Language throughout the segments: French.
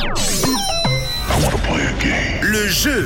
Le jeu.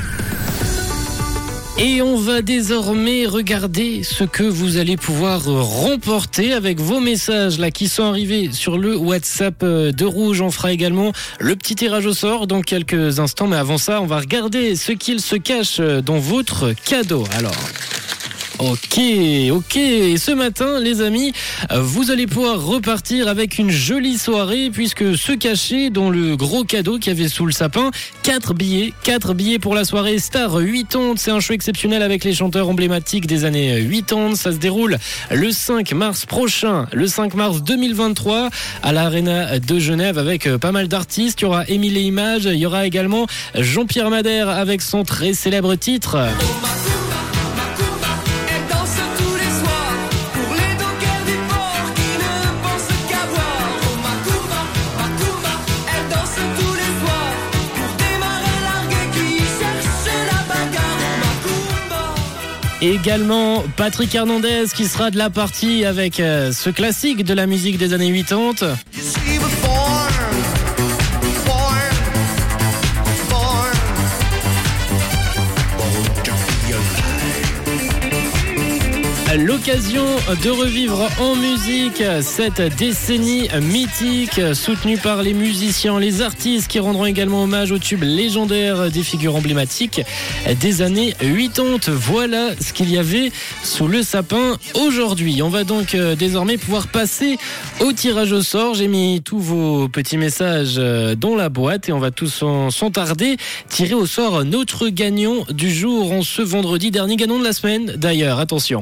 Et on va désormais regarder ce que vous allez pouvoir remporter avec vos messages là qui sont arrivés sur le WhatsApp de Rouge. On fera également le petit tirage au sort dans quelques instants. Mais avant ça, on va regarder ce qu'il se cache dans votre cadeau. Alors... Ok. Et ce matin, les amis, vous allez pouvoir repartir avec une jolie soirée puisque se cachait dans le gros cadeau qu'il y avait sous le sapin, 4 billets pour la soirée Star 80. C'est un show exceptionnel avec les chanteurs emblématiques des années 80. Ça se déroule le 5 mars prochain, le 5 mars 2023 à l'Arena de Genève avec pas mal d'artistes. Il y aura Émile et Images, il y aura également Jean-Pierre Madère avec son très célèbre titre. Également Patrick Hernandez qui sera de la partie avec ce classique de la musique des années 80. L'occasion de revivre en musique cette décennie mythique soutenue par les musiciens, les artistes qui rendront également hommage aux tubes légendaires des figures emblématiques des années 80. Voilà ce qu'il y avait sous le sapin aujourd'hui. On va donc désormais pouvoir passer au tirage au sort. J'ai mis tous vos petits messages dans la boîte et on va tous sans tarder tirer au sort notre gagnant du jour en ce vendredi, dernier gagnant de la semaine d'ailleurs. Attention.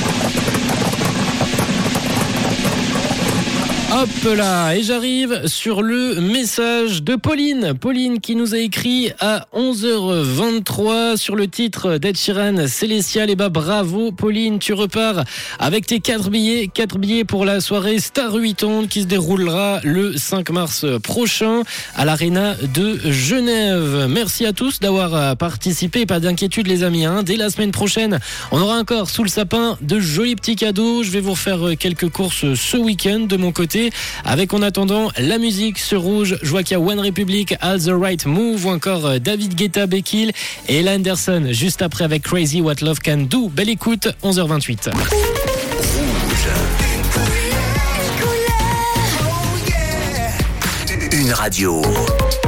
Hop là, et j'arrive sur le message de Pauline. Pauline qui nous a écrit à 11h23 sur le titre d'Ed Sheeran, Célestial. Et bah bravo Pauline, tu repars avec tes 4 billets pour la soirée Star 80 qui se déroulera le 5 mars prochain à l'Arena de Genève. Merci à tous d'avoir participé, pas d'inquiétude les amis, hein. Dès la semaine prochaine, on aura encore sous le sapin de jolis petits cadeaux. Je vais vous refaire quelques courses ce week-end de mon côté. Avec en attendant la musique sur Rouge. Je vois qu'il y a One Republic, All the Right Move ou encore David Guetta, Bekil et Ella Anderson juste après avec Crazy What Love Can Do. Belle écoute, 11h28. Une radio.